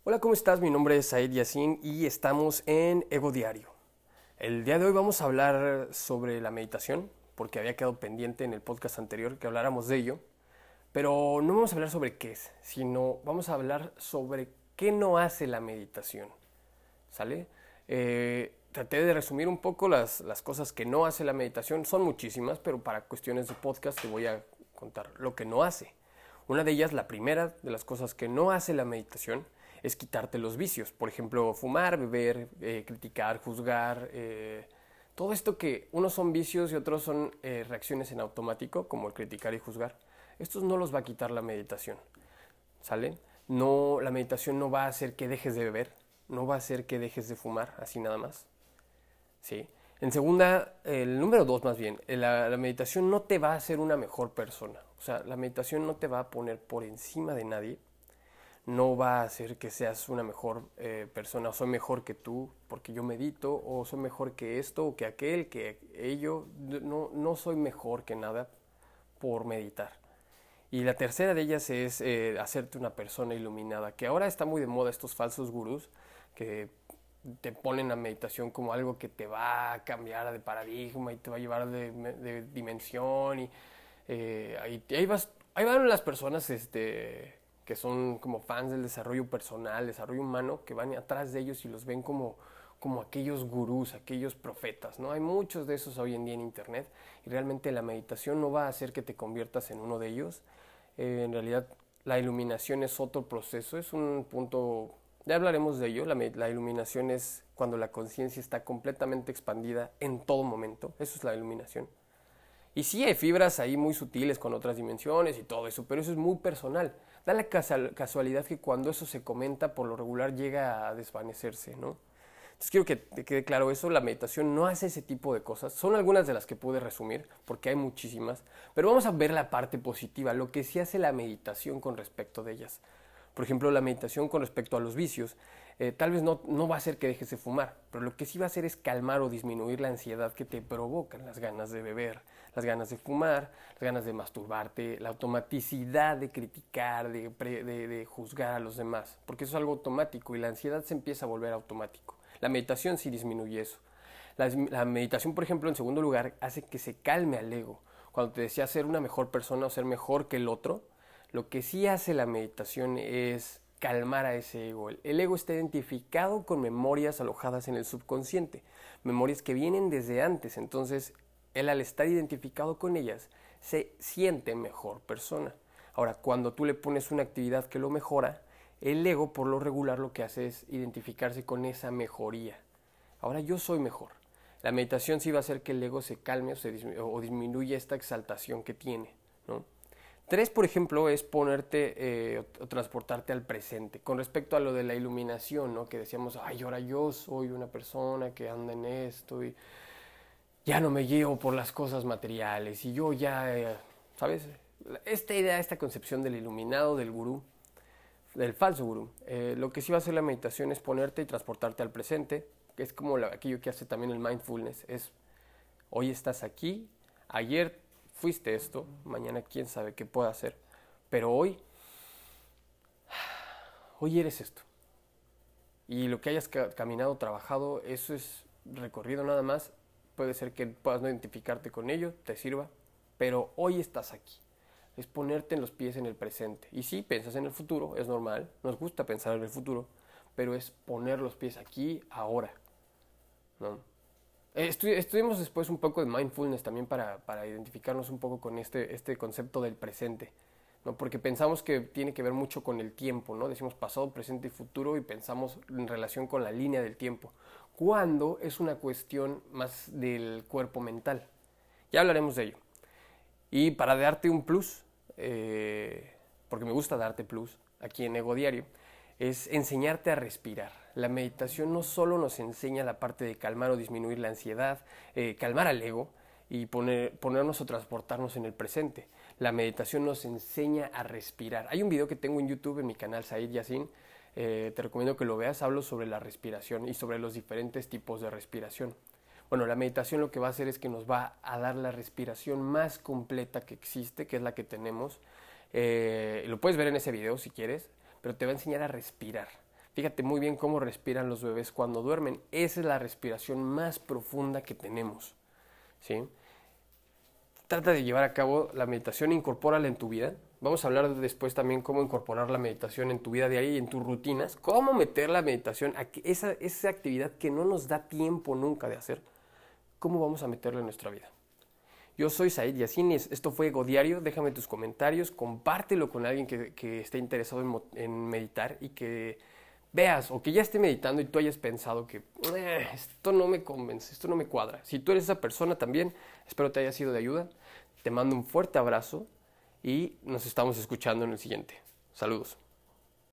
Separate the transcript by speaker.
Speaker 1: Hola, ¿cómo estás? Mi nombre es Said Yassin y estamos en Ego Diario. El día de hoy vamos a hablar sobre la meditación, porque había quedado pendiente en el podcast anterior que habláramos de ello, pero no vamos a hablar sobre qué es, sino vamos a hablar sobre qué no hace la meditación, ¿sale? Traté de resumir un poco las cosas que no hace la meditación, son muchísimas, pero para cuestiones de podcast te voy a contar lo que no hace. Una de ellas, la primera de las cosas que no hace la meditación, es quitarte los vicios. Por ejemplo, fumar, beber, criticar, juzgar. Todo esto que unos son vicios y otros son reacciones en automático, como el criticar y juzgar. Estos no los va a quitar la meditación. ¿Sale? No, la meditación no va a hacer que dejes de beber, no va a hacer que dejes de fumar, así nada más. ¿Sí? En segunda, el número dos más bien, la meditación no te va a hacer una mejor persona. O sea, la meditación no te va a poner por encima de nadie, no va a hacer que seas una mejor persona, o soy mejor que tú porque yo medito, o soy mejor que esto, o que aquel, que ello. No, no soy mejor que nada por meditar. Y la tercera de ellas es hacerte una persona iluminada, que ahora está muy de moda estos falsos gurús que te ponen la meditación como algo que te va a cambiar de paradigma y te va a llevar de dimensión y ahí van las personas que son como fans del desarrollo personal, desarrollo humano, que van atrás de ellos y los ven como aquellos gurús, aquellos profetas, ¿no? Hay muchos de esos hoy en día en internet y realmente la meditación no va a hacer que te conviertas en uno de ellos. En realidad la iluminación es otro proceso, es un punto, ya hablaremos de ello. La iluminación es cuando la conciencia está completamente expandida en todo momento, eso es la iluminación. Y sí hay fibras ahí muy sutiles con otras dimensiones y todo eso, pero eso es muy personal. Da la casualidad que cuando eso se comenta, por lo regular llega a desvanecerse, ¿no? Entonces quiero que te quede claro eso, la meditación no hace ese tipo de cosas. Son algunas de las que pude resumir, porque hay muchísimas, pero vamos a ver la parte positiva, lo que sí hace la meditación con respecto de ellas. Por ejemplo, la meditación con respecto a los vicios, tal vez no va a hacer que dejes de fumar, pero lo que sí va a hacer es calmar o disminuir la ansiedad que te provocan las ganas de beber, las ganas de fumar, las ganas de masturbarte, la automaticidad de criticar, de juzgar a los demás, porque eso es algo automático y la ansiedad se empieza a volver automático. La meditación sí disminuye eso. La meditación, por ejemplo, en segundo lugar, hace que se calme al ego. Cuando te decía ser una mejor persona o ser mejor que el otro, lo que sí hace la meditación es calmar a ese ego. El ego está identificado con memorias alojadas en el subconsciente, memorias que vienen desde antes. Entonces, él al estar identificado con ellas, se siente mejor persona. Ahora, cuando tú le pones una actividad que lo mejora, el ego por lo regular lo que hace es identificarse con esa mejoría. Ahora yo soy mejor. La meditación sí va a hacer que el ego se calme o disminuya esta exaltación que tiene, ¿no? Tres, por ejemplo, es ponerte o transportarte al presente. Con respecto a lo de la iluminación, ¿no? Que decíamos, ay, ahora yo soy una persona que anda en esto y ya no me llevo por las cosas materiales y yo ya, ¿sabes? Esta idea, esta concepción del iluminado, del gurú, del falso gurú, lo que sí va a hacer la meditación es ponerte y transportarte al presente, que es como aquello que hace también el mindfulness, es hoy estás aquí, ayer fuiste esto, mañana quién sabe qué pueda hacer, pero hoy eres esto. Y lo que hayas caminado, trabajado, eso es recorrido nada más. Puede ser que puedas no identificarte con ello, te sirva, pero hoy estás aquí. Es ponerte en los pies en el presente. Y sí, piensas en el futuro, es normal, nos gusta pensar en el futuro, pero es poner los pies aquí, ahora, ¿no? Estudiamos después un poco de mindfulness también para identificarnos un poco con este concepto del presente, ¿no? Porque pensamos que tiene que ver mucho con el tiempo, ¿no? Decimos pasado, presente y futuro y pensamos en relación con la línea del tiempo, cuando es una cuestión más del cuerpo mental. Ya hablaremos de ello. Y para darte un plus, porque me gusta darte plus aquí en Ego Diario, es enseñarte a respirar. La meditación no solo nos enseña la parte de calmar o disminuir la ansiedad, calmar al ego y ponernos o transportarnos en el presente. La meditación nos enseña a respirar. Hay un video que tengo en YouTube en mi canal Said Yassin, te recomiendo que lo veas, hablo sobre la respiración y sobre los diferentes tipos de respiración. Bueno, la meditación lo que va a hacer es que nos va a dar la respiración más completa que existe, que es la que tenemos. Lo puedes ver en ese video si quieres, pero te va a enseñar a respirar. Fíjate muy bien cómo respiran los bebés cuando duermen. Esa es la respiración más profunda que tenemos, ¿sí? Trata de llevar a cabo la meditación, incorpórala en tu vida. Vamos a hablar después también cómo incorporar la meditación en tu vida diaria y en tus rutinas. Cómo meter la meditación, esa actividad que no nos da tiempo nunca de hacer. ¿Cómo vamos a meterla en nuestra vida? Yo soy Said Yassin y esto fue Ego Diario. Déjame tus comentarios, compártelo con alguien que esté interesado en meditar y que veas o que ya esté meditando y tú hayas pensado que esto no me convence, esto no me cuadra. Si tú eres esa persona también, espero te haya sido de ayuda. Te mando un fuerte abrazo y nos estamos escuchando en el siguiente. Saludos.